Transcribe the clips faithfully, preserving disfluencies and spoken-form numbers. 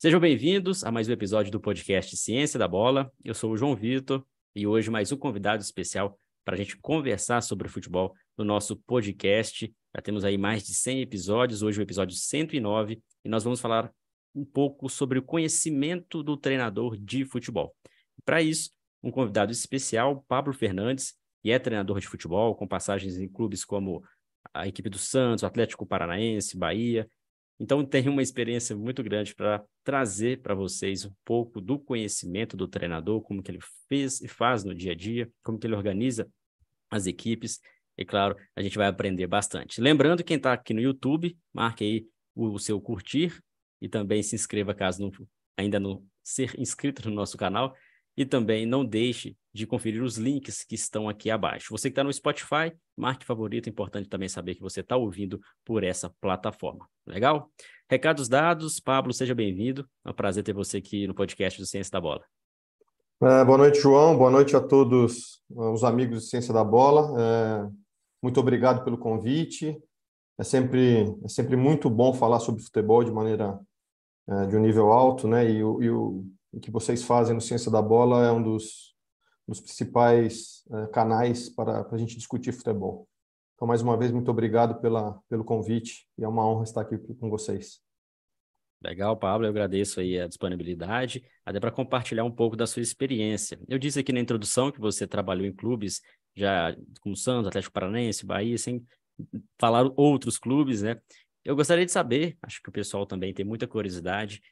Sejam bem-vindos a mais um episódio do podcast Ciência da Bola. Eu sou o João Vitor e hoje mais um convidado especial para a gente conversar sobre futebol no nosso podcast. Já temos aí mais de cem episódios, hoje o episódio cento e nove, e nós vamos falar um pouco sobre o conhecimento do treinador de futebol. Para isso, um convidado especial, Pablo Fernandes, que é treinador de futebol, com passagens em clubes como a equipe do Santos, o Atlético Paranaense, Bahia. Então, tem uma experiência muito grande para trazer para vocês um pouco do conhecimento do treinador, como que ele fez e faz no dia a dia, como que ele organiza as equipes. E, claro, a gente vai aprender bastante. Lembrando, quem está aqui no YouTube, marque aí o, o seu curtir e também se inscreva caso não, ainda não ser inscrito no nosso canal. E também não deixe de conferir os links que estão aqui abaixo. Você que está no Spotify, marque favorito. É importante também saber que você está ouvindo por essa plataforma. Legal? Recados dados. Pablo, seja bem-vindo. É um prazer ter você aqui no podcast do Ciência da Bola. É, boa noite, João. Boa noite a todos os amigos de Ciência da Bola. É, muito obrigado pelo convite. É sempre, é sempre muito bom falar sobre futebol de maneira é, de um nível alto, né? E, o, e o, o que vocês fazem no Ciência da Bola é um dos, dos principais é, canais para, para a gente discutir futebol. Então, mais uma vez, muito obrigado pela, pelo convite e é uma honra estar aqui com vocês. Legal, Pablo, eu agradeço aí a disponibilidade, até para compartilhar um pouco da sua experiência. Eu disse aqui na introdução que você trabalhou em clubes já como Santos, Atlético Paranaense, Bahia, sem falar outros clubes, né? Eu gostaria de saber, acho que o pessoal também tem muita curiosidade,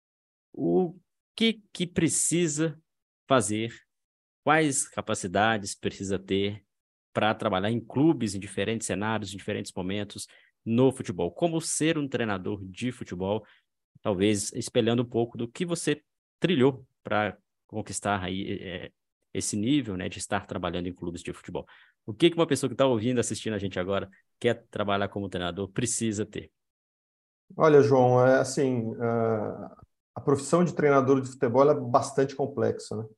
o que que precisa fazer, quais capacidades precisa ter para trabalhar em clubes, em diferentes cenários, em diferentes momentos no futebol. Como ser um treinador de futebol, talvez espelhando um pouco do que você trilhou para conquistar aí é, esse nível, né, de estar trabalhando em clubes de futebol. O que que uma pessoa que está ouvindo, assistindo a gente agora, quer trabalhar como treinador, precisa ter? Olha, João, é assim, a profissão de treinador de futebol é bastante complexa, né?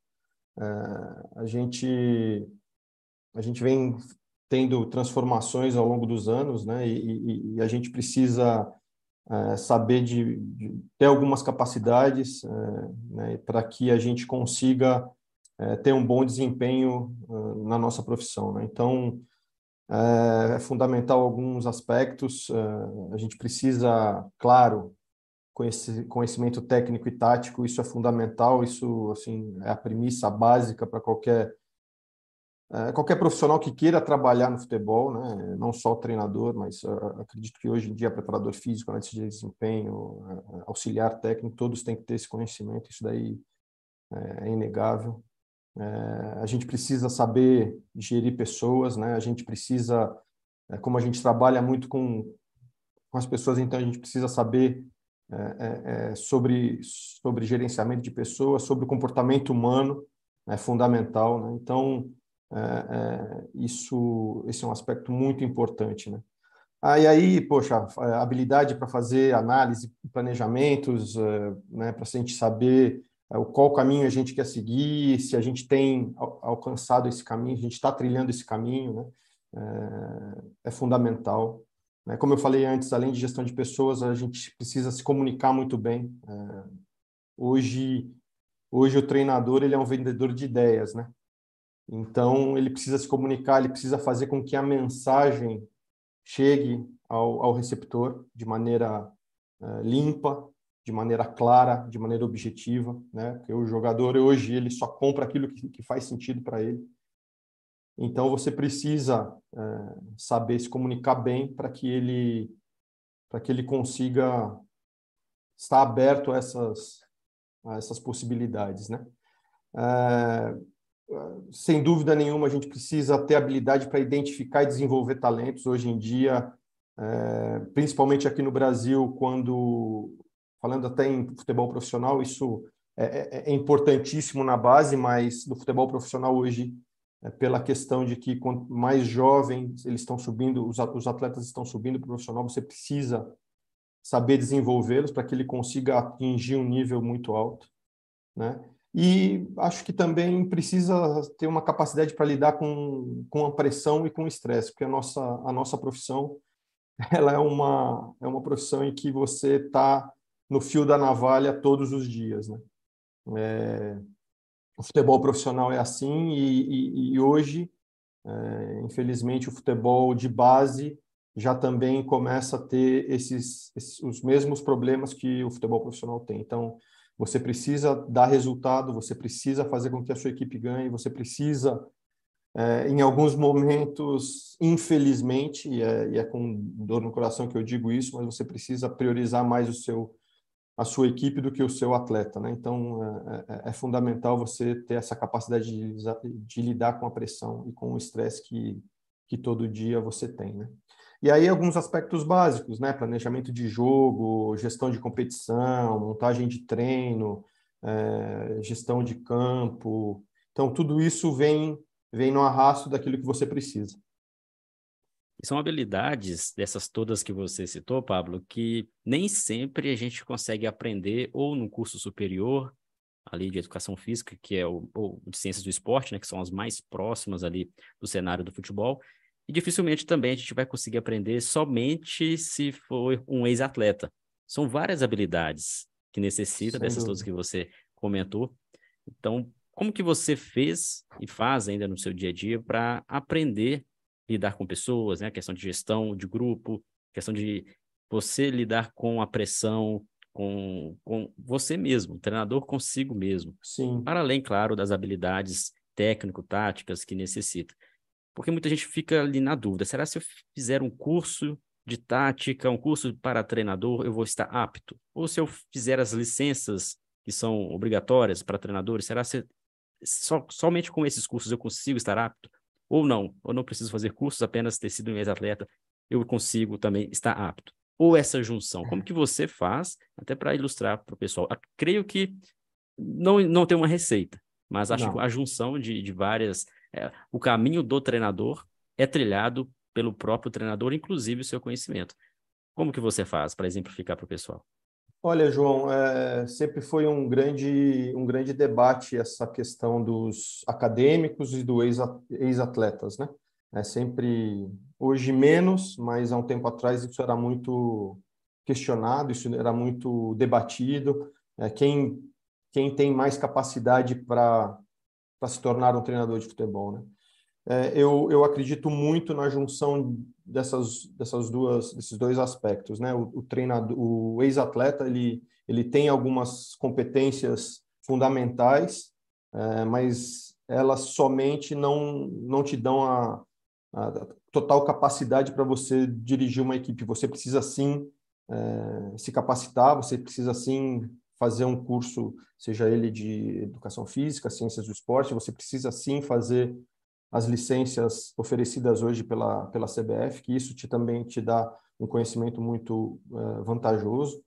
A gente, a gente vem tendo transformações ao longo dos anos, né? E, e, e a gente precisa é, saber de, de ter algumas capacidades é, né, para que a gente consiga é, ter um bom desempenho é, na nossa profissão, né? Então, é, é fundamental alguns aspectos. É, a gente precisa, claro, conhecimento técnico e tático, isso é fundamental, isso assim é a premissa básica para qualquer é, qualquer profissional que queira trabalhar no futebol, né? Não só o treinador, mas uh, acredito que hoje em dia preparador físico, analista de desempenho, uh, auxiliar técnico, todos têm que ter esse conhecimento, isso daí é, é inegável. É, a gente precisa saber gerir pessoas, né? A gente precisa, é, como a gente trabalha muito com, com as pessoas, então a gente precisa saber é, é, sobre, sobre gerenciamento de pessoas, sobre o comportamento humano, é fundamental, né? Então, é, é, isso, esse é um aspecto muito importante, né? Ah, e aí, poxa, habilidade para fazer análise, planejamentos, é, né, para a gente saber é, qual caminho a gente quer seguir, se a gente tem alcançado esse caminho, a gente está trilhando esse caminho, né? É, é fundamental. Como eu falei antes, além de gestão de pessoas, a gente precisa se comunicar muito bem. Hoje, hoje o treinador ele é um vendedor de ideias, né? Então, ele precisa se comunicar, ele precisa fazer com que a mensagem chegue ao, ao receptor de maneira uh, limpa, de maneira clara, de maneira objetiva, né? Porque o jogador hoje ele só compra aquilo que, que faz sentido para ele. Então, você precisa uh, saber se comunicar bem para que ele para que ele consiga estar aberto a essas, a essas possibilidades, né? É, sem dúvida nenhuma, a gente precisa ter habilidade para identificar e desenvolver talentos. Hoje em dia, é, principalmente aqui no Brasil, quando, falando até em futebol profissional, isso é, é, é importantíssimo na base, mas no futebol profissional hoje, é pela questão de que quanto mais jovens eles estão subindo, os, os atletas estão subindo para o profissional, você precisa saber desenvolvê-los para que ele consiga atingir um nível muito alto, né? E acho que também precisa ter uma capacidade para lidar com, com a pressão e com o estresse, porque a nossa, a nossa profissão ela é uma, é uma profissão em que você está no fio da navalha todos os dias, né? É, o futebol profissional é assim e, e, e hoje, é, infelizmente, o futebol de base já também começa a ter esses, esses os mesmos problemas que o futebol profissional tem. Então, você precisa dar resultado, você precisa fazer com que a sua equipe ganhe, você precisa, é, em alguns momentos, infelizmente, e é, e é com dor no coração que eu digo isso, mas você precisa priorizar mais o seu, a sua equipe do que o seu atleta, né? Então, é, é, é fundamental você ter essa capacidade de, de lidar com a pressão e com o estresse que, que todo dia você tem, né? E aí alguns aspectos básicos, né? Planejamento de jogo, gestão de competição, montagem de treino, é, gestão de campo. Então, tudo isso vem, vem no arrasto daquilo que você precisa. E são habilidades dessas todas que você citou, Pablo, que nem sempre a gente consegue aprender ou no curso superior, ali de educação física, que é o, ou de ciências do esporte, né, que são as mais próximas ali do cenário do futebol, e dificilmente também a gente vai conseguir aprender somente se for um ex-atleta. São várias habilidades que necessita Sem dessas todas dúvida. que você comentou. Então, como que você fez e faz ainda no seu dia a dia para aprender a lidar com pessoas, né? A questão de gestão de grupo, questão de você lidar com a pressão, com, com você mesmo, o treinador consigo mesmo. Sim. Para além, claro, das habilidades técnico-táticas que necessita. Porque muita gente fica ali na dúvida, será se eu fizer um curso de tática, um curso para treinador, eu vou estar apto? Ou se eu fizer as licenças que são obrigatórias para treinadores, será se so, somente com esses cursos eu consigo estar apto? Ou não? Eu não preciso fazer cursos, apenas ter sido um ex-atleta, eu consigo também estar apto? Ou essa junção? Como que você faz, até para ilustrar para o pessoal? Eu creio que não, não tem uma receita, mas acho que a Não. junção de, de várias... É, o caminho do treinador é trilhado pelo próprio treinador, inclusive o seu conhecimento. Como que você faz para exemplificar para o pessoal? Olha, João, é, sempre foi um grande, um grande debate essa questão dos acadêmicos e do ex- ex-atletas, né? É sempre, hoje menos, mas há um tempo atrás isso era muito questionado, isso era muito debatido. É, quem, quem tem mais capacidade para para se tornar um treinador de futebol, né? É, eu, eu acredito muito na junção dessas, dessas duas, desses dois aspectos, né? O, o treinador, o ex-atleta, ele, ele tem algumas competências fundamentais, é, mas elas somente não, não te dão a, a total capacidade para você dirigir uma equipe. Você precisa, sim, é, se capacitar, você precisa, sim, fazer um curso, seja ele de educação física, ciências do esporte, você precisa, sim, fazer as licenças oferecidas hoje pela, pela C B F, que isso te, também te dá um conhecimento muito uh, vantajoso.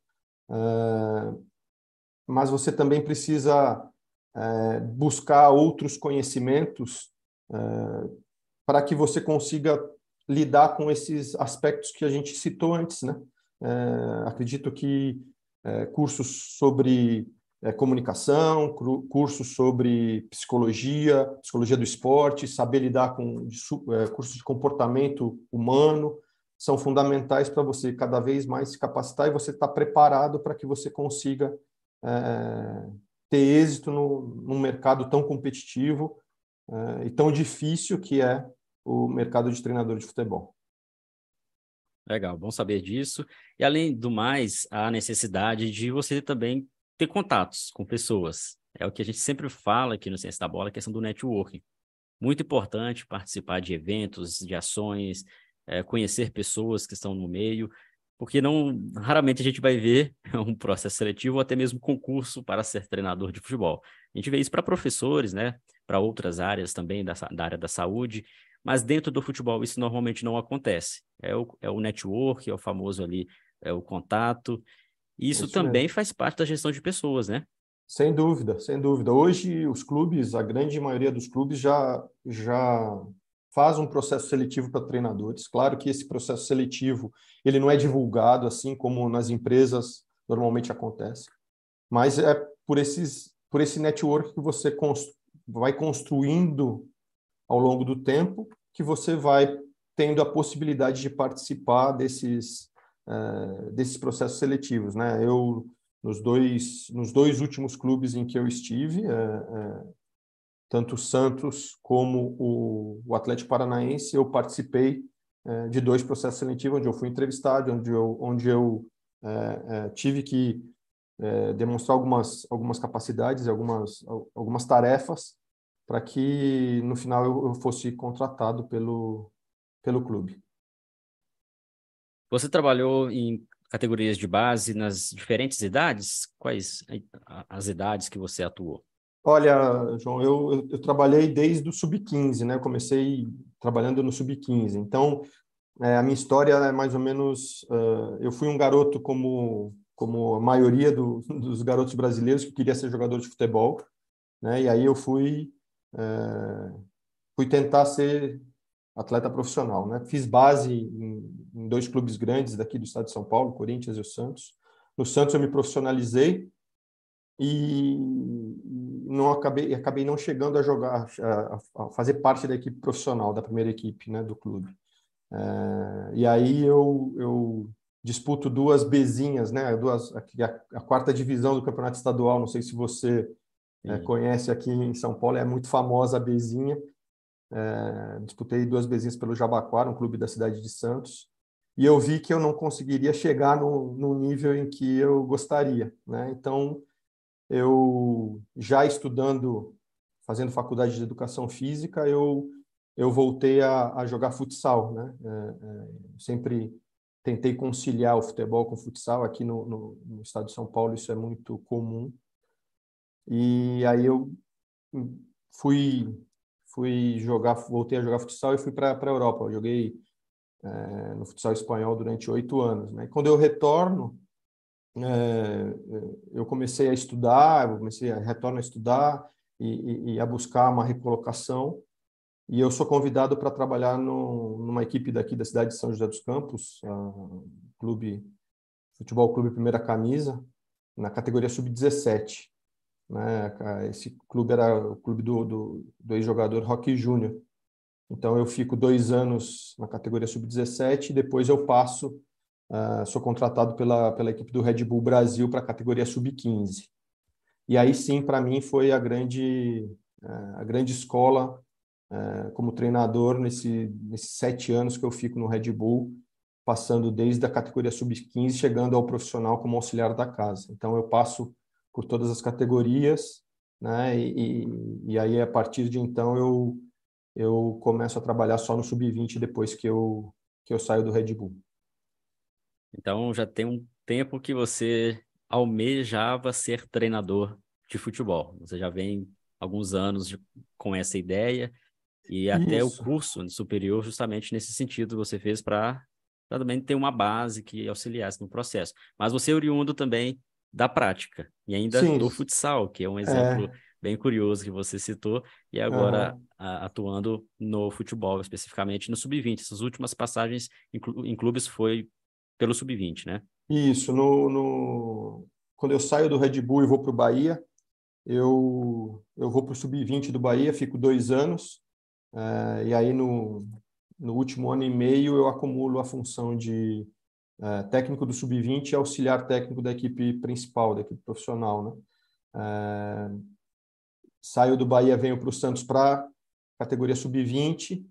Uh, mas você também precisa uh, buscar outros conhecimentos uh, para que você consiga lidar com esses aspectos que a gente citou antes, né? Uh, acredito que uh, cursos sobre é, comunicação, cursos sobre psicologia, psicologia do esporte, saber lidar com é, cursos de comportamento humano, são fundamentais para você cada vez mais se capacitar e você estar preparado para que você consiga é, ter êxito no, num mercado tão competitivo é, e tão difícil que é o mercado de treinador de futebol. Legal, bom saber disso. E além do mais, a necessidade de você também ter contatos com pessoas. É o que a gente sempre fala aqui no Ciência da Bola, a questão do networking. Muito importante participar de eventos, de ações, é, conhecer pessoas que estão no meio, porque não raramente a gente vai ver um processo seletivo ou até mesmo concurso para ser treinador de futebol. A gente vê isso para professores, né? Para outras áreas também da, da área da saúde, mas dentro do futebol isso normalmente não acontece. É o, é o network, é o famoso ali, é o contato. E É isso isso também mesmo. faz parte da gestão de pessoas, né? Sem dúvida, sem dúvida. Hoje, os clubes, a grande maioria dos clubes já, já faz um processo seletivo para treinadores. Claro que esse processo seletivo ele não é divulgado assim como nas empresas normalmente acontece, mas é por esses por esse network que você constru, vai construindo ao longo do tempo que você vai tendo a possibilidade de participar desses uh, desses processos seletivos, né? Eu nos dois, nos dois últimos clubes em que eu estive, é, é, tanto o Santos como o, o Atlético Paranaense, eu participei é, de dois processos seletivos, onde eu fui entrevistado, onde eu, onde eu é, é, tive que é, demonstrar algumas, algumas capacidades, algumas, algumas tarefas, para que no final eu, eu fosse contratado pelo, pelo clube. Você trabalhou em categorias de base nas diferentes idades? Quais as idades que você atuou? Olha, João, eu, eu, eu trabalhei desde o sub quinze, né? Eu comecei trabalhando no sub quinze. Então, é, a minha história é mais ou menos... Uh, eu fui um garoto como, como a maioria do, dos garotos brasileiros que queria ser jogador de futebol, né? E aí eu fui, é, fui tentar ser atleta profissional, né? Fiz base em, em dois clubes grandes daqui do estado de São Paulo, Corinthians e o Santos. No Santos eu me profissionalizei e não acabei, acabei não chegando a jogar, a, a fazer parte da equipe profissional, da primeira equipe, né, do clube. É, e aí eu, eu disputo duas Bzinhas, né, duas, a, a quarta divisão do Campeonato Estadual, não sei se você é, Sim. conhece aqui em São Paulo, é muito famosa a Bzinha. É, disputei duas Bzinhas pelo Jabaquara, um clube da cidade de Santos, e eu vi que eu não conseguiria chegar no, no nível em que eu gostaria, né, então eu já estudando, fazendo faculdade de educação física, eu eu voltei a, a jogar futsal, né? É, é, sempre tentei conciliar o futebol com o futsal. Aqui no, no, no estado de São Paulo isso é muito comum. E aí eu fui fui jogar, voltei a jogar futsal e fui para para a Europa. Eu joguei é, no futsal espanhol durante oito anos, né? E quando eu retorno é, eu comecei a estudar, eu comecei a retorno a estudar e, e, e a buscar uma recolocação. E eu sou convidado para trabalhar no, numa equipe daqui da cidade de São José dos Campos, a clube, Futebol Clube Primeira Camisa, na categoria sub dezessete, né? Esse clube era o clube do, do, do ex-jogador Roque Júnior. Então eu fico dois anos na categoria sub dezessete e depois eu passo. Uh, sou contratado pela, pela equipe do Red Bull Brasil para a categoria sub quinze. E aí sim, para mim, foi a grande, uh, a grande escola uh, como treinador nesse, nesses sete anos que eu fico no Red Bull, passando desde a categoria sub quinze, chegando ao profissional como auxiliar da casa. Então, eu passo por todas as categorias, né? E, e, e aí, a partir de então, eu, eu começo a trabalhar só no sub vinte depois que eu, que eu saio do Red Bull. Então já tem um tempo que você almejava ser treinador de futebol. Você já vem alguns anos de, com essa ideia e até o Isso. curso superior justamente nesse sentido você fez para também ter uma base que auxiliasse no processo. Mas você é oriundo também da prática e ainda Sim, do futsal, que é um exemplo é, bem curioso que você citou, e agora uhum. a, atuando no futebol, especificamente no sub vinte. Essas últimas passagens em, clu em clubes foi pelo sub vinte, né? Isso. No, no... Quando eu saio do Red Bull e vou para o Bahia, eu, eu vou para o sub vinte do Bahia, fico dois anos, é, e aí no, no último ano e meio eu acumulo a função de é, técnico do sub vinte e auxiliar técnico da equipe principal, da equipe profissional, né? É, saio do Bahia, venho para o Santos para categoria sub vinte,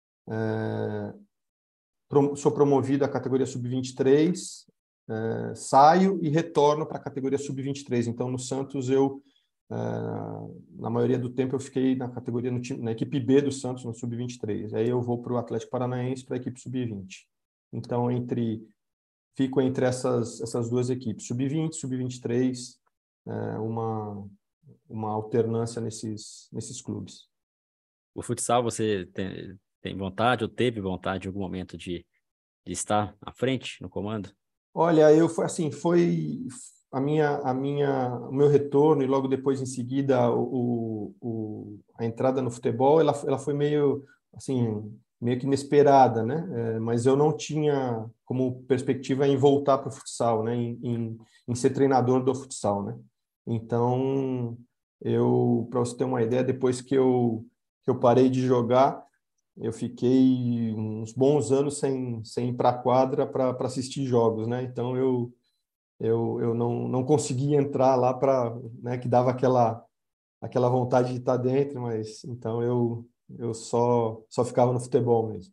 é, pro, sou promovido à categoria sub vinte e três, é, saio e retorno para a categoria sub vinte e três. Então, no Santos, eu, é, na maioria do tempo, eu fiquei na categoria, no time, na equipe B do Santos, no sub vinte e três. Aí eu vou para o Atlético Paranaense, para a equipe sub vinte. Então, entre, fico entre essas, essas duas equipes, sub vinte, sub vinte e três, é, uma, uma alternância nesses, nesses clubes. O futsal, você tem, tem vontade ou teve vontade em algum momento de, de estar à frente, no comando? Olha, eu foi assim, foi a minha, a minha, o meu retorno e logo depois em seguida o, o, a entrada no futebol, ela, ela foi meio assim, meio que inesperada, né? É, mas eu não tinha como perspectiva em voltar para o futsal, né? Em, em, em ser treinador do futsal, né? Então, eu, para você ter uma ideia, depois que eu que eu parei de jogar eu fiquei uns bons anos sem, sem ir para a quadra para assistir jogos, né? Então eu eu, eu não, não consegui entrar lá para, né, que dava aquela, aquela vontade de estar dentro, mas então eu, eu só, só ficava no futebol mesmo.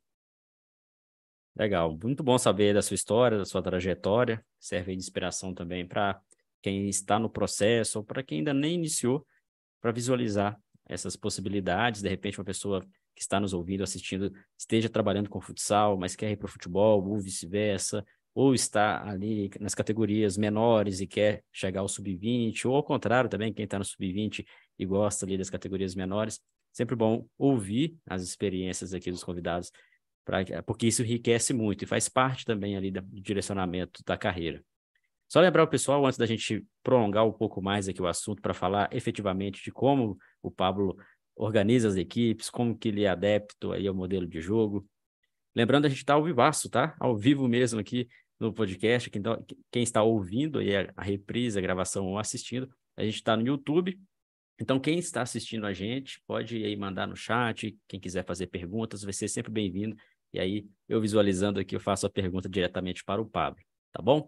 Legal, muito bom saber da sua história, da sua trajetória. Serve aí de inspiração também para quem está no processo ou para quem ainda nem iniciou, para visualizar essas possibilidades. De repente, uma pessoa que está nos ouvindo, assistindo, esteja trabalhando com futsal, mas quer ir para o futebol, ou vice-versa, ou está ali nas categorias menores e quer chegar ao sub vinte, ou ao contrário também, quem está no sub vinte e gosta ali das categorias menores. Sempre bom ouvir as experiências aqui dos convidados, pra, porque isso enriquece muito e faz parte também ali do direcionamento da carreira. Só lembrar o pessoal, antes da gente prolongar um pouco mais aqui o assunto, para falar efetivamente de como o Pablo organiza as equipes, como que ele é adepto aí ao modelo de jogo. Lembrando, a gente está ao vivaço, tá? Ao vivo mesmo aqui no podcast. Então, quem está ouvindo aí a reprise, a gravação ou assistindo, a gente está no YouTube. Então, quem está assistindo a gente, pode aí mandar no chat. Quem quiser fazer perguntas, vai ser sempre bem-vindo. E aí, eu visualizando aqui, eu faço a pergunta diretamente para o Pablo, tá bom?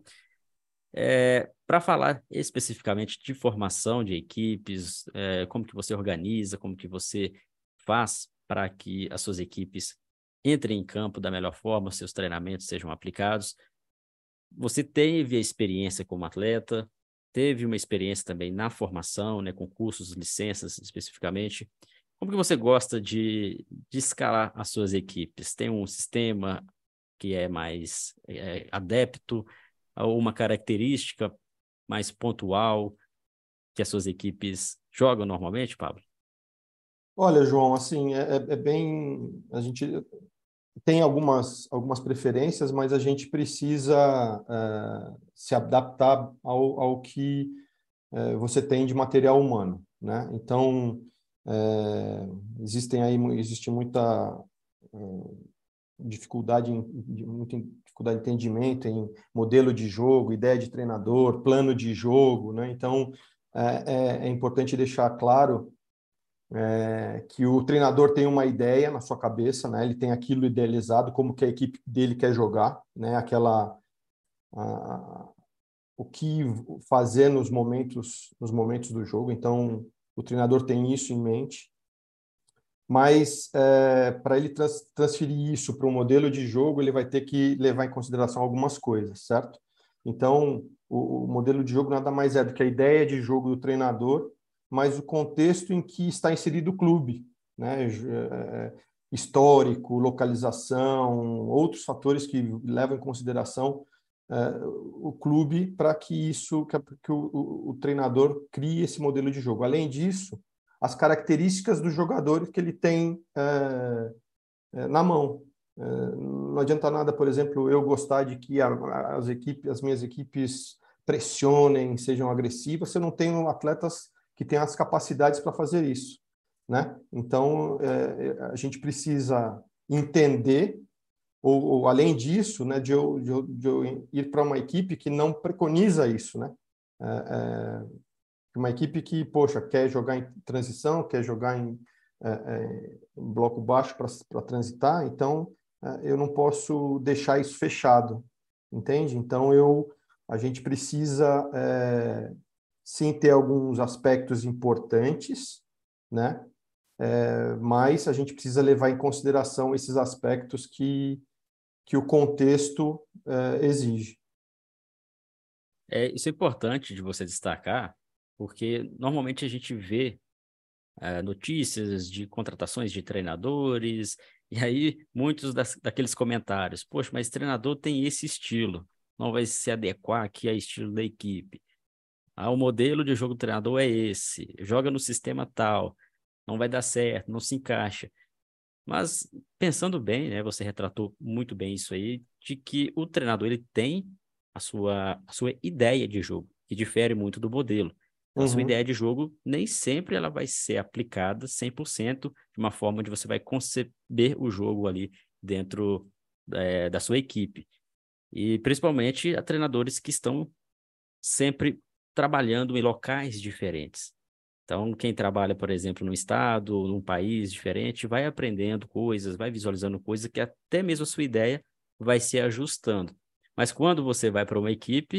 É, para falar especificamente de formação de equipes, é, como que você organiza, como que você faz para que as suas equipes entrem em campo da melhor forma, seus treinamentos sejam aplicados. Você teve a experiência como atleta, teve uma experiência também na formação, né, com cursos, licenças especificamente. Como que você gosta de, de escalar as suas equipes? Tem um sistema que é mais é, adepto a uma característica mais pontual que as suas equipes jogam normalmente, Pablo? Olha, João, assim, é, é é bem. A gente tem algumas, algumas preferências, mas a gente precisa é, se adaptar ao, ao que é, você tem de material humano, né? Então, é, existem aí, existe muita é, dificuldade, em, de, muita dificuldade de entendimento em modelo de jogo, ideia de treinador, plano de jogo, né? Então, é, é, é importante deixar claro é, que o treinador tem uma ideia na sua cabeça, né? Ele tem aquilo idealizado, como que a equipe dele quer jogar, né? Aquela a, o que fazer nos momentos nos momentos do jogo. Então, o treinador tem isso em mente, mas é, para ele trans, transferir isso para um modelo de jogo, ele vai ter que levar em consideração algumas coisas, certo? Então, o, o modelo de jogo nada mais é do que a ideia de jogo do treinador, mas o contexto em que está inserido o clube, né? É, histórico, localização, outros fatores que levam em consideração é, o clube para que isso, que, que o, o, o treinador crie esse modelo de jogo. Além disso, as características dos jogadores que ele tem é, é, na mão. É, não adianta nada, por exemplo, eu gostar de que a, as equipes, as minhas equipes pressionem, sejam agressivas, se eu não tenho atletas que tenham as capacidades para fazer isso, né? Então, é, a gente precisa entender, ou, ou além disso, né, de eu, de eu, de eu ir para uma equipe que não preconiza isso, né? É, é, uma equipe que, poxa, quer jogar em transição, quer jogar em, é, é, em bloco baixo para transitar, então é, eu não posso deixar isso fechado, entende? Então eu, a gente precisa é, sim ter alguns aspectos importantes, né? É, mas a gente precisa levar em consideração esses aspectos que, que o contexto é, exige. É, isso é importante de você destacar, porque normalmente a gente vê uh, notícias de contratações de treinadores, e aí muitos das, daqueles comentários, poxa, mas treinador tem esse estilo, não vai se adequar aqui ao estilo da equipe. Ah, o modelo de jogo do treinador é esse, joga no sistema tal, não vai dar certo, não se encaixa. Mas pensando bem, né, você retratou muito bem isso aí, de que o treinador ele tem a sua, a sua ideia de jogo, que difere muito do modelo. Então, a sua Uhum. ideia de jogo nem sempre ela vai ser aplicada cem por cento de uma forma onde você vai conceber o jogo ali dentro é, da sua equipe. E principalmente a treinadores que estão sempre trabalhando em locais diferentes. Então, quem trabalha, por exemplo, num estado, num país diferente, vai aprendendo coisas, vai visualizando coisas que até mesmo a sua ideia vai se ajustando. Mas quando você vai para uma equipe,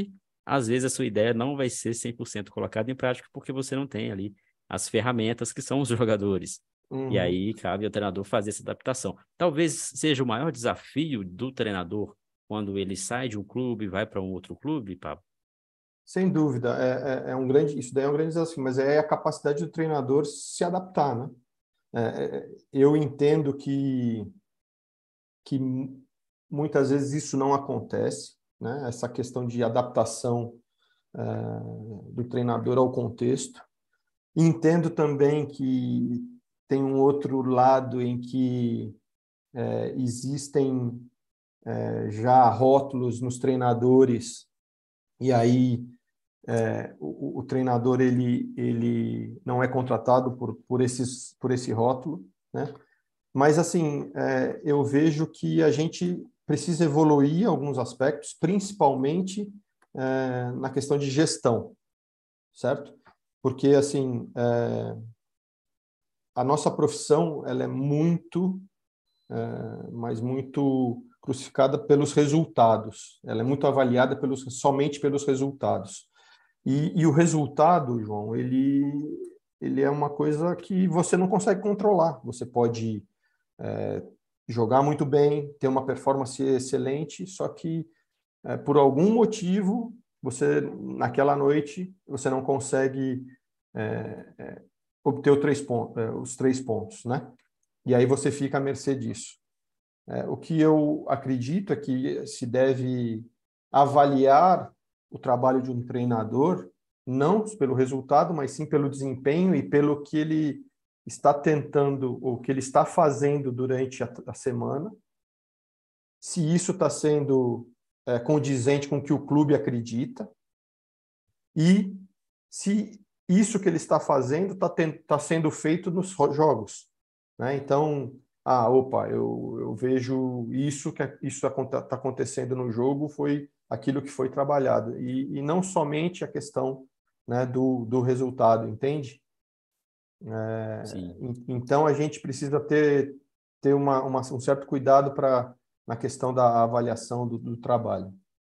às vezes a sua ideia não vai ser cem por cento colocada em prática porque você não tem ali as ferramentas que são os jogadores. Uhum. E aí cabe ao treinador fazer essa adaptação. Talvez seja o maior desafio do treinador quando ele sai de um clube e vai para um outro clube, Pablo. Sem dúvida, é, é, é um grande, isso daí é um grande desafio, mas é a capacidade do treinador se adaptar, né? É, eu entendo que, que muitas vezes isso não acontece, né? Essa questão de adaptação é, do treinador ao contexto. Entendo também que tem um outro lado em que é, existem é, já rótulos nos treinadores e aí é, o, o treinador ele, ele não é contratado por, por, esses, por esse rótulo, né? Mas, assim, é, eu vejo que a gente precisa evoluir em alguns aspectos, principalmente é, na questão de gestão, certo? Porque, assim, é, a nossa profissão ela é muito, é, mas muito crucificada pelos resultados. Ela é muito avaliada pelos, somente pelos resultados. E, e o resultado, João, ele, ele é uma coisa que você não consegue controlar. Você pode é, jogar muito bem, ter uma performance excelente, só que é, por algum motivo você naquela noite você não consegue é, é, obter os três pontos, é, os três pontos, né? E aí você fica à mercê disso. É, o que eu acredito é que se deve avaliar o trabalho de um treinador não pelo resultado, mas sim pelo desempenho e pelo que ele está tentando ou que ele está fazendo durante a, a semana, se isso está sendo é, condizente com o que o clube acredita e se isso que ele está fazendo está tá sendo feito nos jogos, né? Então, ah, opa, eu, eu vejo isso que isso está acontecendo no jogo foi aquilo que foi trabalhado e, e não somente a questão, né, do, do resultado, entende? É, Sim. então a gente precisa ter ter uma, uma um certo cuidado para na questão da avaliação do, do trabalho.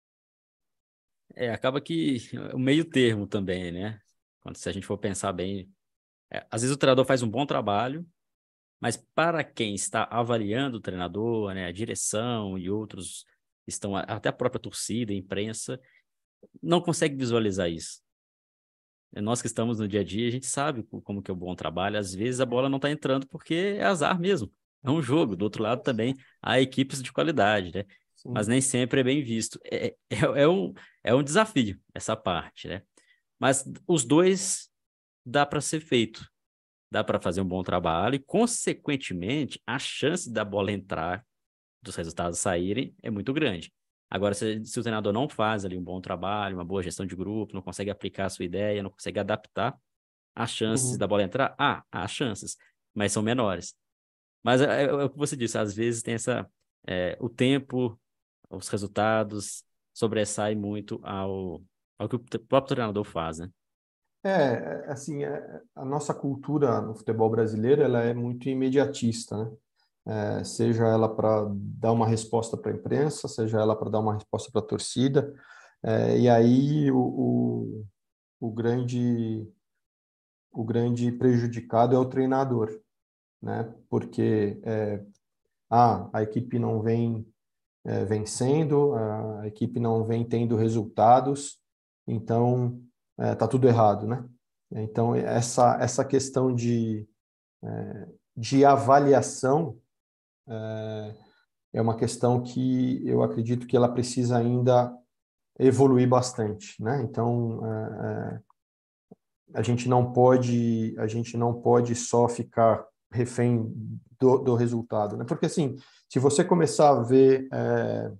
É, acaba que o meio termo também, né? Quando se a gente for pensar bem, é, às vezes o treinador faz um bom trabalho, mas para quem está avaliando o treinador, né, a direção e outros estão até a própria torcida, a imprensa, não consegue visualizar isso. Nós que estamos no dia a dia, a gente sabe como que é o bom trabalho. Às vezes a bola não está entrando porque é azar mesmo. É um jogo. Do outro lado também há equipes de qualidade, né? Mas Sim. nem sempre é bem visto. É, é, é, um, é um desafio essa parte, né? Mas os dois dá para ser feito. Dá para fazer um bom trabalho e, consequentemente, a chance da bola entrar, dos resultados saírem, é muito grande. Agora, se, se o treinador não faz ali um bom trabalho, uma boa gestão de grupo, não consegue aplicar a sua ideia, não consegue adaptar, as chances da Uhum. bola entrar, ah, há chances, mas são menores. Mas é, é, é o que você disse, às vezes tem essa, é, o tempo, os resultados sobressaem muito ao, ao que o próprio treinador faz, né? É, assim, é, a nossa cultura no futebol brasileiro ela é muito imediatista, né? É, seja ela para dar uma resposta para a imprensa, seja ela para dar uma resposta para a torcida, é, e aí o, o, o grande o grande prejudicado é o treinador, né? Porque é, ah, a equipe não vem é, vencendo, a equipe não vem tendo resultados, então é, tá tudo errado, né? Então essa essa questão de é, de avaliação é, é uma questão que eu acredito que ela precisa ainda evoluir bastante, né? Então é, é, a gente não pode a gente não pode só ficar refém do, do resultado, né? Porque assim, se você começar a ver é,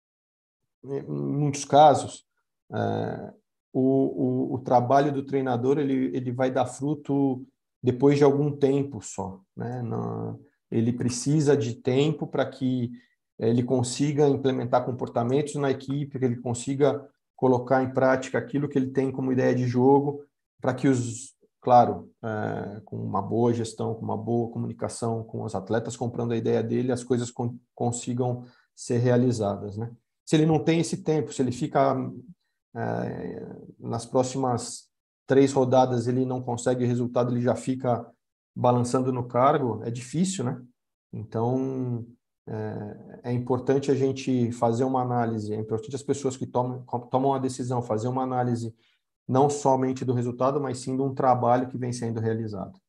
em muitos casos é, o, o, o trabalho do treinador ele, ele vai dar fruto depois de algum tempo só, né? Não, ele precisa de tempo para que ele consiga implementar comportamentos na equipe, que ele consiga colocar em prática aquilo que ele tem como ideia de jogo, para que os, claro, é, com uma boa gestão, com uma boa comunicação com os atletas comprando a ideia dele, as coisas con consigam ser realizadas, né? Se ele não tem esse tempo, se ele fica é, nas próximas três rodadas ele não consegue o resultado, ele já fica balançando no cargo, é difícil, né? Então, é, é importante a gente fazer uma análise, é importante as pessoas que tomam, tomam a decisão fazer uma análise não somente do resultado, mas sim de um trabalho que vem sendo realizado.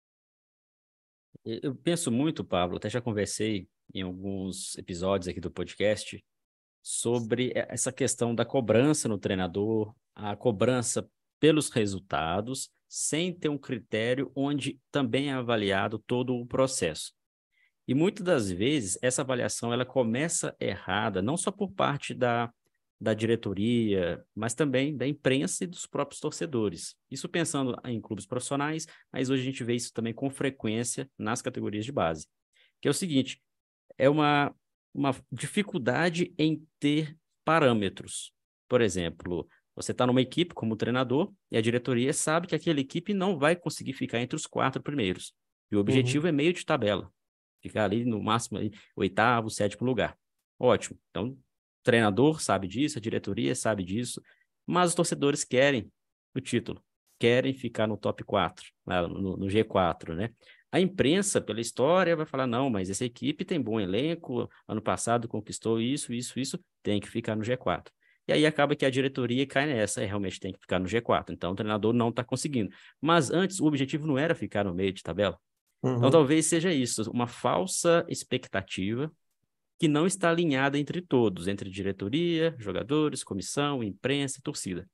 Eu penso muito, Pablo, até já conversei em alguns episódios aqui do podcast sobre essa questão da cobrança no treinador, a cobrança pelos resultados, sem ter um critério onde também é avaliado todo o processo. E muitas das vezes essa avaliação ela começa errada, não só por parte da, da diretoria, mas também da imprensa e dos próprios torcedores. Isso pensando em clubes profissionais, mas hoje a gente vê isso também com frequência nas categorias de base. Que é o seguinte, é uma, uma dificuldade em ter parâmetros. Por exemplo, você está numa equipe como treinador e a diretoria sabe que aquela equipe não vai conseguir ficar entre os quatro primeiros. E o objetivo Uhum. é meio de tabela. Ficar ali no máximo ali, oitavo, sétimo lugar. Ótimo. Então, o treinador sabe disso, a diretoria sabe disso, mas os torcedores querem o título, querem ficar no top quatro, no, no G quatro, né? A imprensa, pela história, vai falar, não, mas essa equipe tem bom elenco, ano passado conquistou isso, isso, isso, tem que ficar no G quatro. E aí acaba que a diretoria cai nessa, é, realmente tem que ficar no G quatro. Então o treinador não está conseguindo. Mas antes o objetivo não era ficar no meio de tabela. Então, Uhum. talvez seja isso, uma falsa expectativa que não está alinhada entre todos, entre diretoria, jogadores, comissão, imprensa e torcida.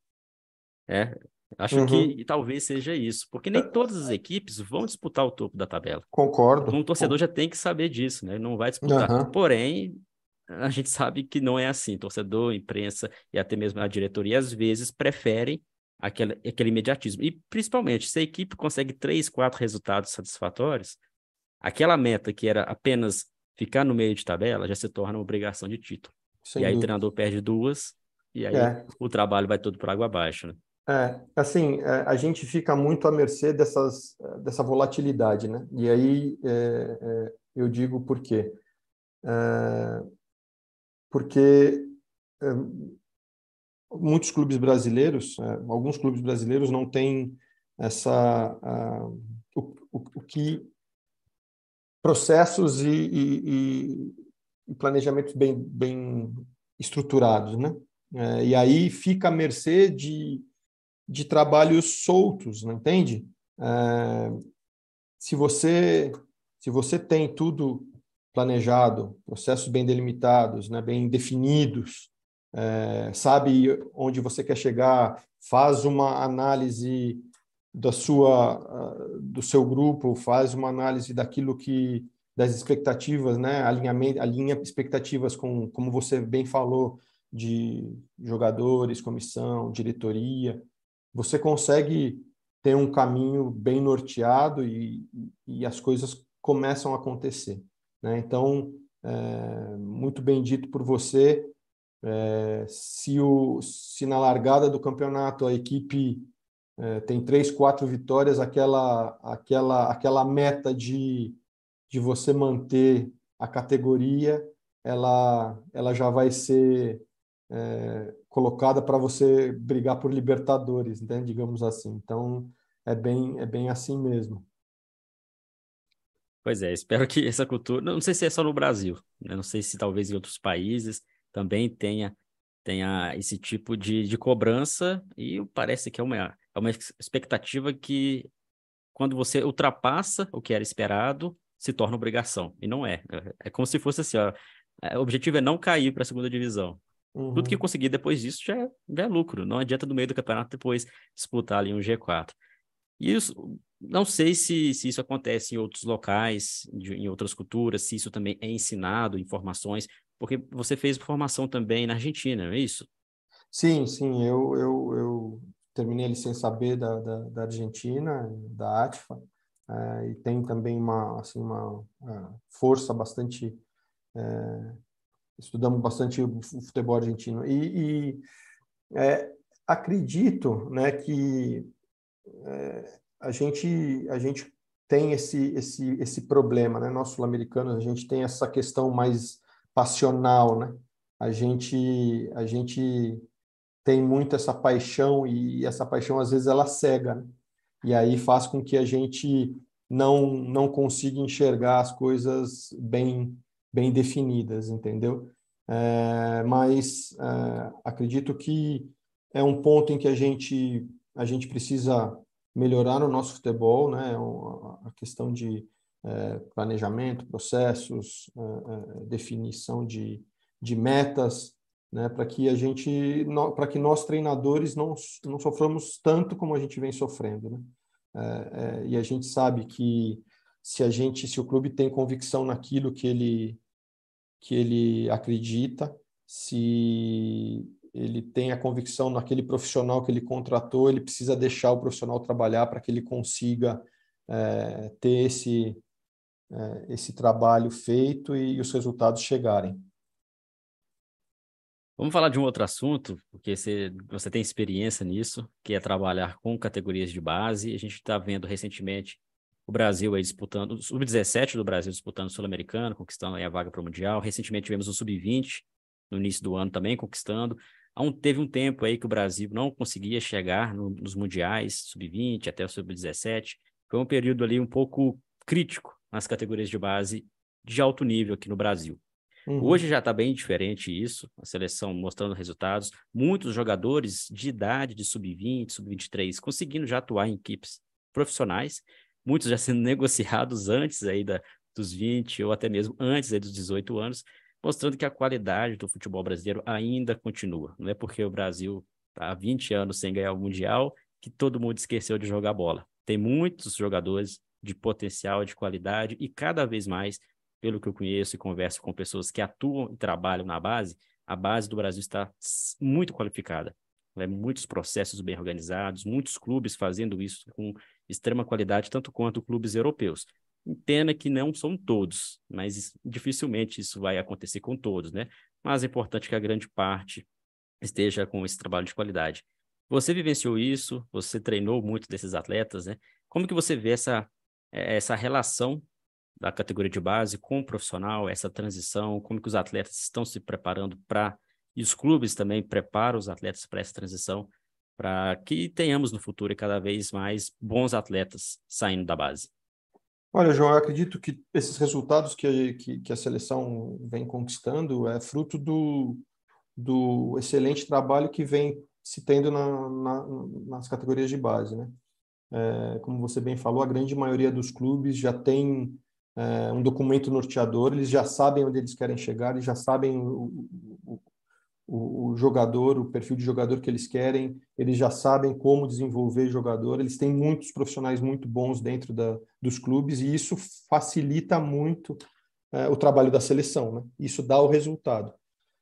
É, acho Uhum. que talvez seja isso, porque nem É, todas as equipes vão disputar o topo da tabela. Então, concordo. o torcedor Com... já tem que saber disso, né? Ele não vai disputar. Uhum. Porém, a gente sabe que não é assim. Torcedor, imprensa e até mesmo a diretoria, às vezes, preferem aquele, aquele imediatismo. E, principalmente, se a equipe consegue três, quatro resultados satisfatórios, aquela meta que era apenas ficar no meio de tabela já se torna uma obrigação de título. E Sem aí o dúvida. treinador perde duas, e aí É, o trabalho vai todo por água abaixo, né? é, assim, é, a gente fica muito à mercê dessas, dessa volatilidade, né? E aí é, é, eu digo por quê? É, porque é, muitos clubes brasileiros, é, alguns clubes brasileiros não têm essa a, o, o, o que processos e, e, e planejamentos bem, bem estruturados, né? É, e aí fica à mercê de, de trabalhos soltos, não entende? É, se você se você tem tudo planejado, processos bem delimitados, né, bem definidos, é, sabe onde você quer chegar, faz uma análise da sua do seu grupo, faz uma análise daquilo que das expectativas, né, alinhamento, alinha expectativas com, como você bem falou, de jogadores, comissão, diretoria, você consegue ter um caminho bem norteado e, e as coisas começam a acontecer, né? Então, é, muito bem dito por você, é, se, o, se na largada do campeonato a equipe é, tem três, quatro vitórias, aquela, aquela, aquela meta de, de você manter a categoria, ela, ela já vai ser é, colocada para você brigar por Libertadores, né? Digamos assim. Então, é bem, é bem assim mesmo. Pois é, espero que essa cultura, não sei se é só no Brasil, né? Não sei se talvez em outros países também tenha, tenha esse tipo de, de cobrança, e parece que é uma, é uma expectativa que, quando você ultrapassa o que era esperado, se torna obrigação, e não é. É é como se fosse assim, ó, é, o objetivo é não cair para a segunda divisão. Tudo que Uhum. conseguir depois disso já é, já é lucro. Não adianta no meio do campeonato depois disputar ali um G quatro. E isso, não sei se, se isso acontece em outros locais, de, em outras culturas, se isso também é ensinado, informações, porque você fez formação também na Argentina, não é isso? Sim, sim, eu, eu, eu terminei a licença B da, da, da Argentina, da A T F A, eh, e tem também uma, assim, uma, eh, força bastante, eh, estudamos bastante o futebol argentino. E, e eh, acredito, né, que eh, a gente, a gente tem esse, esse, esse problema, né? Nós sul-americanos, a gente tem essa questão mais passional, né? A gente, a gente tem muito essa paixão e essa paixão às vezes ela cega, né? E aí faz com que a gente não não consiga enxergar as coisas bem bem definidas, entendeu? É, mas é, acredito que é um ponto em que a gente a gente precisa melhorar no nosso futebol, né? A questão de é, planejamento, processos, é, é, definição de, de metas, né, para que a gente, para que nós treinadores não, não soframos tanto como a gente vem sofrendo, né? É, é, e a gente sabe que se a gente, se o clube tem convicção naquilo que ele que ele acredita, se ele tem a convicção naquele profissional que ele contratou, ele precisa deixar o profissional trabalhar para que ele consiga é, ter esse é, esse trabalho feito e os resultados chegarem. Vamos falar de um outro assunto, porque você, você tem experiência nisso, que é trabalhar com categorias de base. A gente está vendo recentemente o Brasil aí disputando, o sub dezessete do Brasil disputando o Sul-Americano, conquistando aí a vaga para o Mundial. Recentemente tivemos o sub vinte no início do ano também conquistando. Há um, teve um tempo aí que o Brasil não conseguia chegar no, nos mundiais, sub vinte até o sub dezessete. Foi um período ali um pouco crítico nas categorias de base de alto nível aqui no Brasil. Hoje Uhum. já está bem diferente isso, a seleção mostrando resultados, muitos jogadores de idade de sub vinte, sub vinte e três, conseguindo já atuar em equipes profissionais, muitos já sendo negociados antes aí da, dos vinte ou até mesmo antes aí dos dezoito anos, mostrando que a qualidade do futebol brasileiro ainda continua. Não é porque o Brasil está há vinte anos sem ganhar o Mundial que todo mundo esqueceu de jogar bola. Tem muitos jogadores de potencial, de qualidade e cada vez mais, pelo que eu conheço e converso com pessoas que atuam e trabalham na base, a base do Brasil está muito qualificada. Né? Muitos processos bem organizados, muitos clubes fazendo isso com extrema qualidade, tanto quanto clubes europeus. Pena que não são todos, mas dificilmente isso vai acontecer com todos, né? Mas é importante que a grande parte esteja com esse trabalho de qualidade. Você vivenciou isso, você treinou muito desses atletas, né? Como que você vê essa, essa relação da categoria de base com o profissional, essa transição, como que os atletas estão se preparando para, e os clubes também preparam os atletas para essa transição, para que tenhamos no futuro cada vez mais bons atletas saindo da base? Olha, João, eu acredito que esses resultados que, que, que a seleção vem conquistando é fruto do, do excelente trabalho que vem se tendo na, na, nas categorias de base, né? É, como você bem falou, a grande maioria dos clubes já tem é, um documento norteador, eles já sabem onde eles querem chegar, eles já sabem o, o, o, o jogador, o perfil de jogador que eles querem, eles já sabem como desenvolver jogador, eles têm muitos profissionais muito bons dentro da, dos clubes e isso facilita muito é, o trabalho da seleção, né? Isso dá o resultado.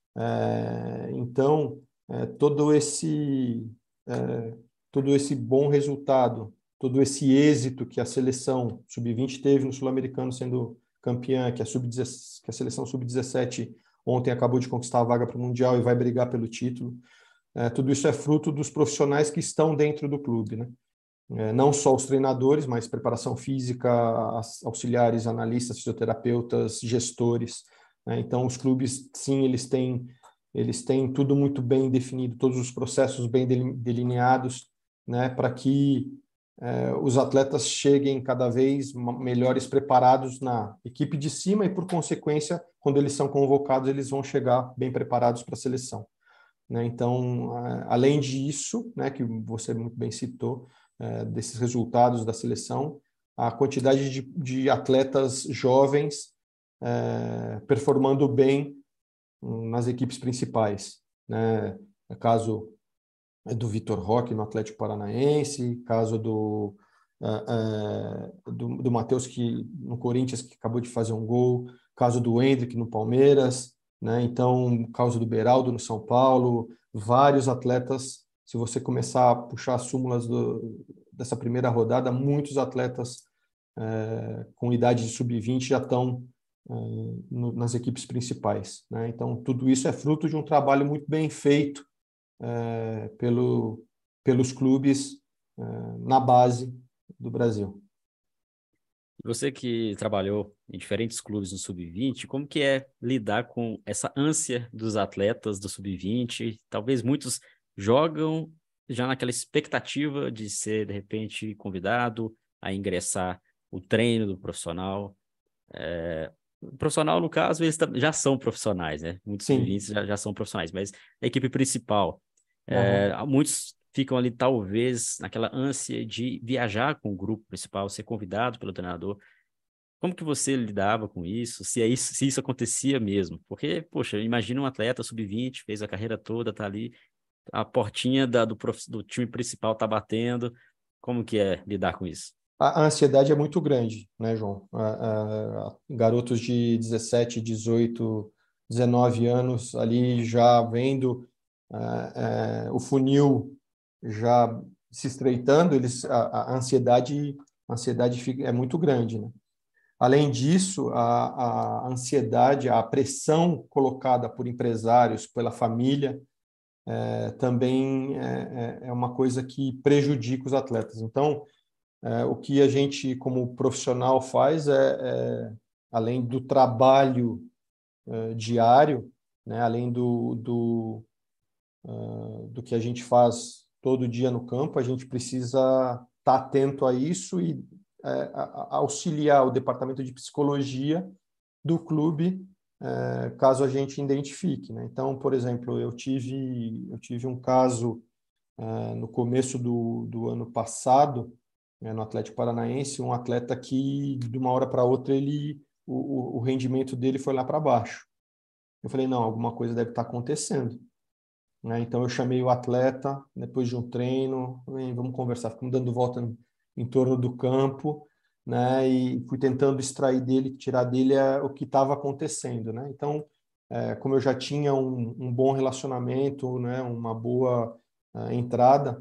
É, então, é, todo esse é, todo esse bom resultado, todo esse êxito que a seleção sub vinte teve no Sul-Americano sendo campeã, que a, sub que a seleção sub dezessete ontem acabou de conquistar a vaga para o Mundial e vai brigar pelo título, é, tudo isso é fruto dos profissionais que estão dentro do clube, né? É, não só os treinadores, mas preparação física, auxiliares, analistas, fisioterapeutas, gestores, né? Então, os clubes, sim, eles têm, eles têm tudo muito bem definido, todos os processos bem delineados, né? Para que é, os atletas cheguem cada vez melhores preparados na equipe de cima e, por consequência, quando eles são convocados, eles vão chegar bem preparados para a seleção. Né? Então, além disso, né, que você muito bem citou, é, desses resultados da seleção, a quantidade de, de atletas jovens é, performando bem nas equipes principais. Né? Caso do Vitor Roque no Atlético Paranaense, caso do, uh, uh, do, do Matheus que, no Corinthians, que acabou de fazer um gol, caso do Endrick no Palmeiras, né? Então, caso do Beraldo no São Paulo, vários atletas, se você começar a puxar as súmulas do, dessa primeira rodada, muitos atletas uh, com idade de sub vinte já estão uh, no, nas equipes principais, né? Então, tudo isso é fruto de um trabalho muito bem feito É, pelo, pelos clubes é, na base do Brasil. Você que trabalhou em diferentes clubes no sub vinte, como que é lidar com essa ânsia dos atletas do sub vinte? Talvez muitos jogam já naquela expectativa de ser, de repente, convidado a ingressar o treino do profissional. É, o profissional, no caso, eles já são profissionais, né? Muitos sub Sim. vinte já, já são profissionais, mas a equipe principal, é, Aham. muitos ficam ali, talvez, naquela ânsia de viajar com o grupo principal, ser convidado pelo treinador. Como que você lidava com isso? Se, é isso, se isso acontecia mesmo? Porque, poxa, imagina um atleta sub vinte, fez a carreira toda, tá ali, a portinha da, do, prof, do time principal tá batendo. Como que é lidar com isso? A a ansiedade é muito grande, né, João? A- a- garotos de dezessete, dezoito, dezenove anos ali já vendo eh, eh, o funil já se estreitando, eles, a, a ansiedade, a ansiedade fica- é muito grande, né? Além disso, a, a ansiedade, a pressão colocada por empresários, pela família, eh, também é, é é uma coisa que prejudica os atletas. Então, é, o que a gente, como profissional, faz é, é além do trabalho é, diário, né, além do, do, uh, do que a gente faz todo dia no campo, a gente precisa estar atento a isso e é, a, a auxiliar o departamento de psicologia do clube, é, caso a gente identifique, né? Então, por exemplo, eu tive, eu tive um caso é, no começo do, do ano passado, né, no Atlético Paranaense, um atleta que, de uma hora para outra, ele, o, o rendimento dele foi lá para baixo. Eu falei, não, alguma coisa deve estar acontecendo. Né? Então, eu chamei o atleta, depois de um treino, vem, vamos conversar, ficamos dando volta em, em torno do campo, né? E fui tentando extrair dele, tirar dele é, o que estava acontecendo. Né? Então, é, como eu já tinha um, um bom relacionamento, né? Uma boa uh, entrada,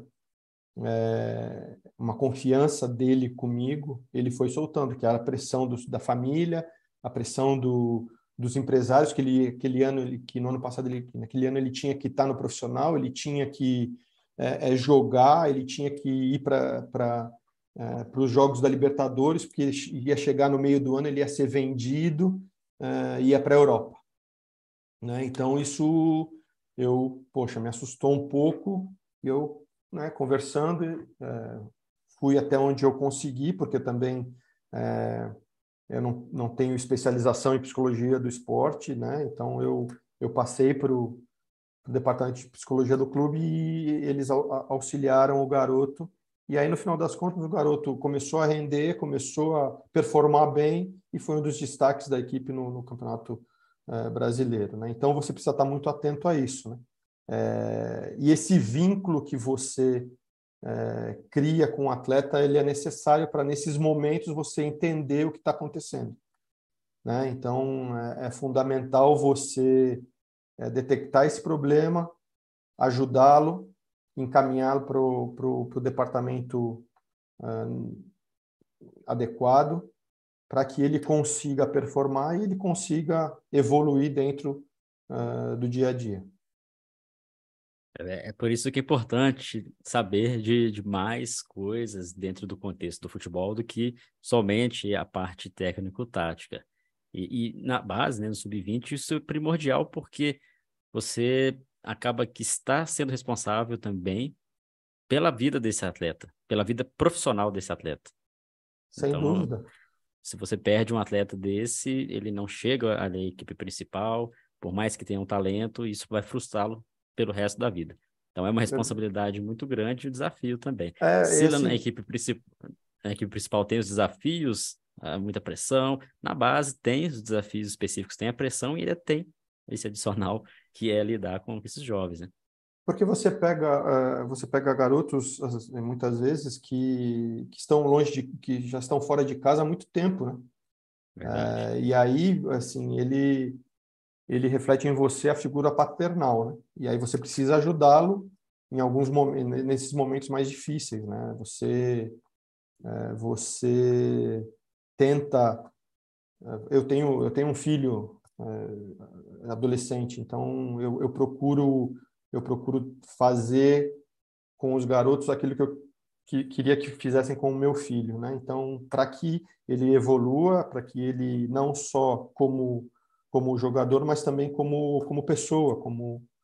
é, uma confiança dele comigo, ele foi soltando, que era a pressão do, da família, a pressão do, dos empresários, que ele, aquele ano, ele, que no ano passado, ele, naquele ano ele tinha que estar no profissional, ele tinha que é, é, jogar, ele tinha que ir para é, para os Jogos da Libertadores, porque ele ia chegar no meio do ano, ele ia ser vendido, é, ia para a Europa. Né? Então, isso, eu, poxa, me assustou um pouco, e eu, né, conversando, é, fui até onde eu consegui, porque também é, eu não, não tenho especialização em psicologia do esporte, né? Então, eu, eu passei para o departamento de psicologia do clube e eles auxiliaram o garoto. E aí, no final das contas, o garoto começou a render, começou a performar bem e foi um dos destaques da equipe no, no campeonato eh, brasileiro. Né? Então, você precisa estar muito atento a isso. Né? É, e esse vínculo que você é, cria com o atleta, ele é necessário para, nesses momentos, você entender o que está acontecendo. Né? Então, é, é fundamental você é, detectar esse problema, ajudá-lo, encaminhá-lo para o departamento uh, adequado, para que ele consiga performar e ele consiga evoluir dentro uh, do dia a dia. É, é por isso que é importante saber de, de mais coisas dentro do contexto do futebol do que somente a parte técnico-tática. E, e na base, né, no sub vinte, isso é primordial porque você acaba que está sendo responsável também pela vida desse atleta, pela vida profissional desse atleta. Sem Então, dúvida. se você perde um atleta desse, ele não chega à equipe principal, por mais que tenha um talento, isso vai frustrá-lo pelo resto da vida. Então é uma responsabilidade muito grande e um desafio também. É, Se lá na esse, equipe, princip... a equipe principal tem os desafios, ah, muita pressão, na base tem os desafios específicos, tem a pressão e ainda tem esse adicional que é lidar com esses jovens, né? porque você pega, uh, você pega garotos, muitas vezes, que, que estão longe de, que já estão fora de casa há muito tempo, né? Verdade. Uh, e aí, assim, ele ele reflete em você a figura paternal, né? E aí você precisa ajudá-lo em alguns momentos, nesses momentos mais difíceis, né? Você, é, você tenta. Eu tenho, eu tenho um filho é, adolescente, então eu, eu procuro, eu procuro fazer com os garotos aquilo que eu que, queria que fizessem com o meu filho, né? Então, para que ele evolua, para que ele não só como como jogador, mas também como como pessoa, como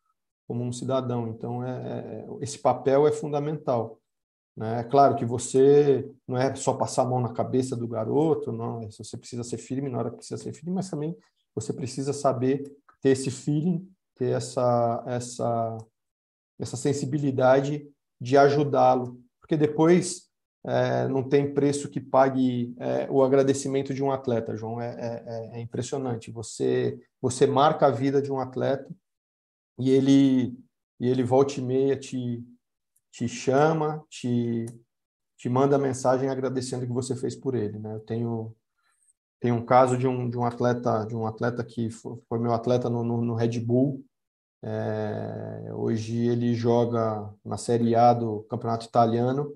como um cidadão. Então, é, é, esse papel é fundamental, né? É claro que você não é só passar a mão na cabeça do garoto, não, você precisa ser firme na hora que precisa ser firme, mas também você precisa saber ter esse feeling, ter essa, essa, essa sensibilidade de ajudá-lo, porque depois é, não tem preço que pague é, o agradecimento de um atleta, João. É, é, é impressionante. Você, você marca a vida de um atleta e ele, e ele volta e meia te, te chama, te, te manda mensagem agradecendo o que você fez por ele, né? Eu tenho, tenho um caso de um, de um atleta de um atleta que foi, foi meu atleta no, no, no Red Bull. É, hoje ele joga na Série A do Campeonato Italiano.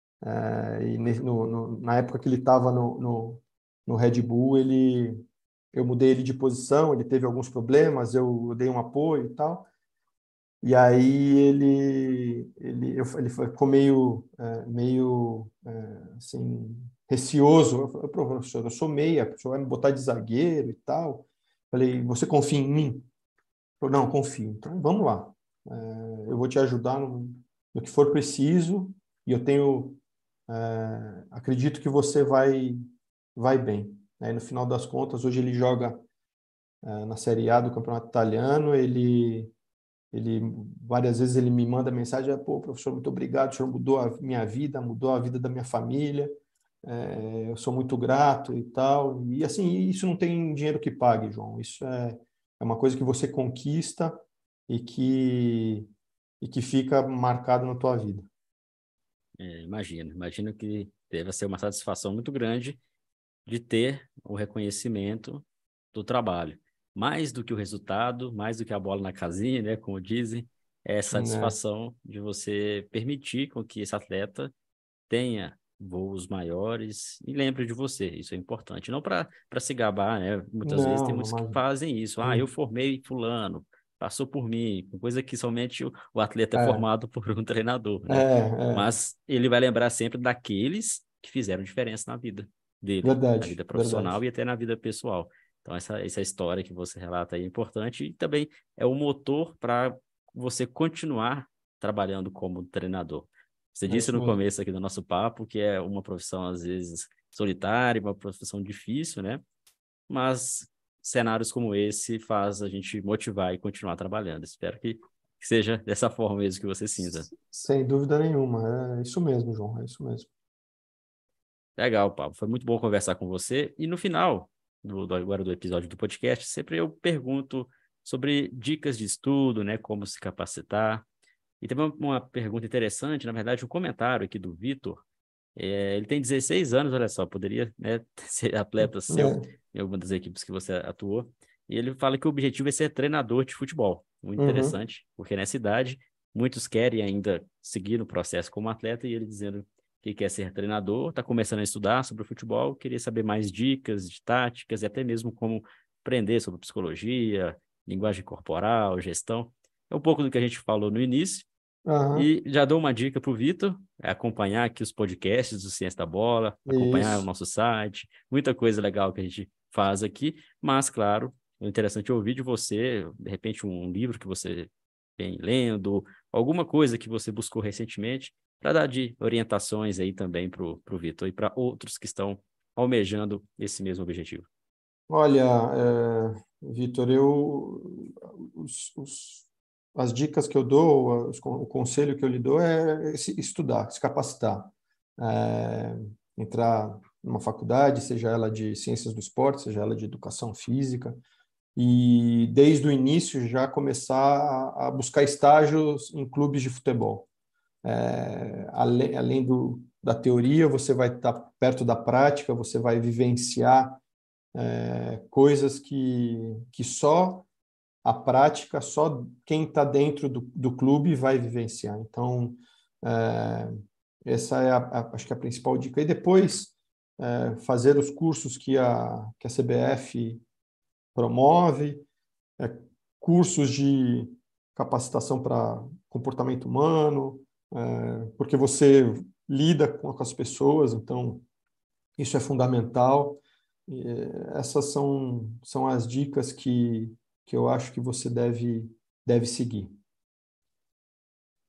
É, e no, no, na época que ele estava no, no, no Red Bull, ele, eu mudei ele de posição, ele teve alguns problemas, eu, eu dei um apoio e tal. E aí ele, ele, eu, ele ficou meio, é, meio é, assim, receoso. Eu falei, professor, eu sou meia, o senhor vai me botar de zagueiro e tal. Falei, você confia em mim? Ele falou, não, confio. Então, vamos lá. É, eu vou te ajudar no, no que for preciso e eu tenho, é, acredito que você vai, vai bem. Aí, no final das contas, hoje ele joga é, na Série A do Campeonato Italiano, ele ele várias vezes ele me manda mensagem, ah, pô, professor, muito obrigado, o senhor mudou a minha vida, mudou a vida da minha família, é, eu sou muito grato e tal. E assim, isso não tem dinheiro que pague, João. Isso é, é uma coisa que você conquista e que e que fica marcado na tua vida. É, imagino, imagino que deve ser uma satisfação muito grande de ter o reconhecimento do trabalho. Mais do que o resultado, mais do que a bola na casinha, né, como dizem, é a Né? satisfação de você permitir com que esse atleta tenha voos maiores e lembre de você. Isso é importante. Não para para se gabar, né? Muitas vezes tem Não, não muitos que imagino. fazem isso. Ah, eu formei fulano, passou por mim, coisa que somente o, o atleta é É, formado por um treinador, é, né? é, Mas ele vai lembrar sempre daqueles que fizeram diferença na vida dele, na verdade, vida profissional verdade. e até na vida pessoal. Então, essa, essa história que você relata aí é importante e também é o motor para você continuar trabalhando como treinador. Você É disse isso no mesmo. começo aqui do nosso papo que é uma profissão, às vezes, solitária, uma profissão difícil, né? Mas cenários como esse faz a gente motivar e continuar trabalhando. Espero que que seja dessa forma mesmo que você sinta. Sem dúvida nenhuma. É isso mesmo, João. É isso mesmo. Legal, Pablo. Foi muito bom conversar com você. E no final do, do agora do episódio do podcast, sempre eu pergunto sobre dicas de estudo, né? Como se capacitar. E também uma uma pergunta interessante, na verdade, um comentário aqui do Vitor. É, ele tem dezesseis anos, olha só, poderia, né, ser atleta seu É. em alguma das equipes que você atuou. E ele fala que o objetivo é ser treinador de futebol. Muito Uhum. interessante, porque nessa idade muitos querem ainda seguir no processo como atleta e ele dizendo que quer ser treinador, está começando a estudar sobre o futebol, queria saber mais dicas de táticas e até mesmo como aprender sobre psicologia, linguagem corporal, gestão. É um pouco do que a gente falou no início. Aham. E já dou uma dica para o Vitor, é acompanhar aqui os podcasts do Ciência da Bola, acompanhar o Isso. nosso site, muita coisa legal que a gente faz aqui, mas, claro, é interessante ouvir de você, de repente, um livro que você vem lendo, alguma coisa que você buscou recentemente, para dar de orientações aí também para o Vitor e para outros que estão almejando esse mesmo objetivo. Olha, é, Vitor, eu os, os- as dicas que eu dou, os con- o conselho que eu lhe dou é se- estudar, se capacitar, é, entrar numa faculdade, seja ela de ciências do esporte, seja ela de educação física, e desde o início já começar a, a buscar estágios em clubes de futebol. É, além, além do, da teoria, você vai estar perto da prática, você vai vivenciar é, coisas que, que só a prática, só quem está dentro do, do clube vai vivenciar. Então, é, essa é, a, a, acho que, a principal dica. E depois, é, fazer os cursos que a, que a C B F promove, é, cursos de capacitação para comportamento humano, é, porque você lida com, com as pessoas, então isso é fundamental. E, é, essas são, são as dicas que, que eu acho que você deve, deve seguir.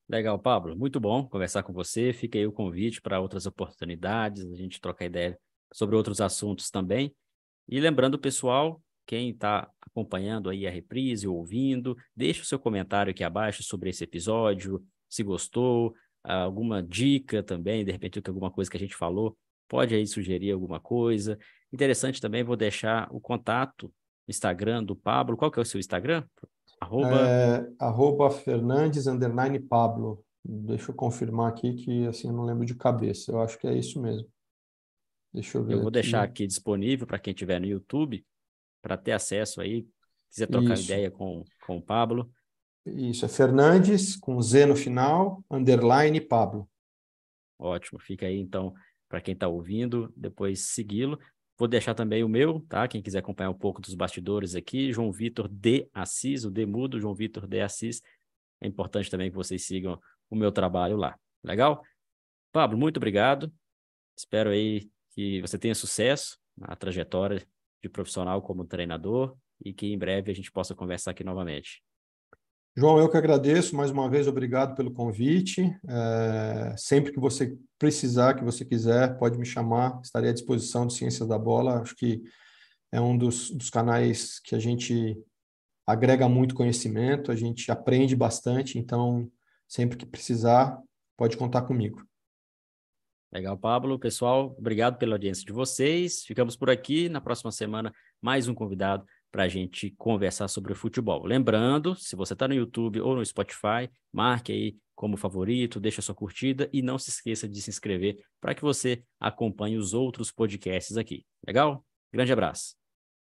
Legal, Pablo. Muito bom conversar com você. Fica aí o convite para outras oportunidades, a gente trocar ideia sobre outros assuntos também. E lembrando, pessoal, quem está acompanhando aí a reprise, ouvindo, deixe o seu comentário aqui abaixo sobre esse episódio, se gostou, alguma dica também, de repente alguma coisa que a gente falou, pode aí sugerir alguma coisa. Interessante também, vou deixar o contato, Instagram do Pablo. Qual que é o seu Instagram? Arroba... É, arroba Fernandes, underline Pablo. Deixa eu confirmar aqui que assim eu não lembro de cabeça. Eu acho que é isso mesmo. Deixa eu Eu ver vou deixar aqui. aqui disponível para quem estiver no YouTube, para ter acesso aí, quiser trocar Isso, ideia com, com o Pablo. isso. É Fernandes, com Z no final, underline Pablo. Ótimo, fica aí então para quem está ouvindo, depois segui-lo. Vou deixar também o meu, tá? Quem quiser acompanhar um pouco dos bastidores aqui, João Vitor de Assis, o D mudo, João Vitor de Assis. É importante também que vocês sigam o meu trabalho lá. Legal? Pablo, muito obrigado. Espero aí que você tenha sucesso na trajetória de profissional como treinador e que em breve a gente possa conversar aqui novamente. João, eu que agradeço mais uma vez, obrigado pelo convite. É, sempre que você precisar, que você quiser, pode me chamar, estarei à disposição do Ciências da Bola. Acho que é um dos, dos canais que a gente agrega muito conhecimento, a gente aprende bastante, então sempre que precisar, pode contar comigo. Legal, Pablo. Pessoal, obrigado pela audiência de vocês. Ficamos por aqui. Na próxima semana, mais um convidado para a gente conversar sobre o futebol. Lembrando, se você está no YouTube ou no Spotify, marque aí como favorito, deixa sua curtida e não se esqueça de se inscrever para que você acompanhe os outros podcasts aqui. Legal? Grande abraço.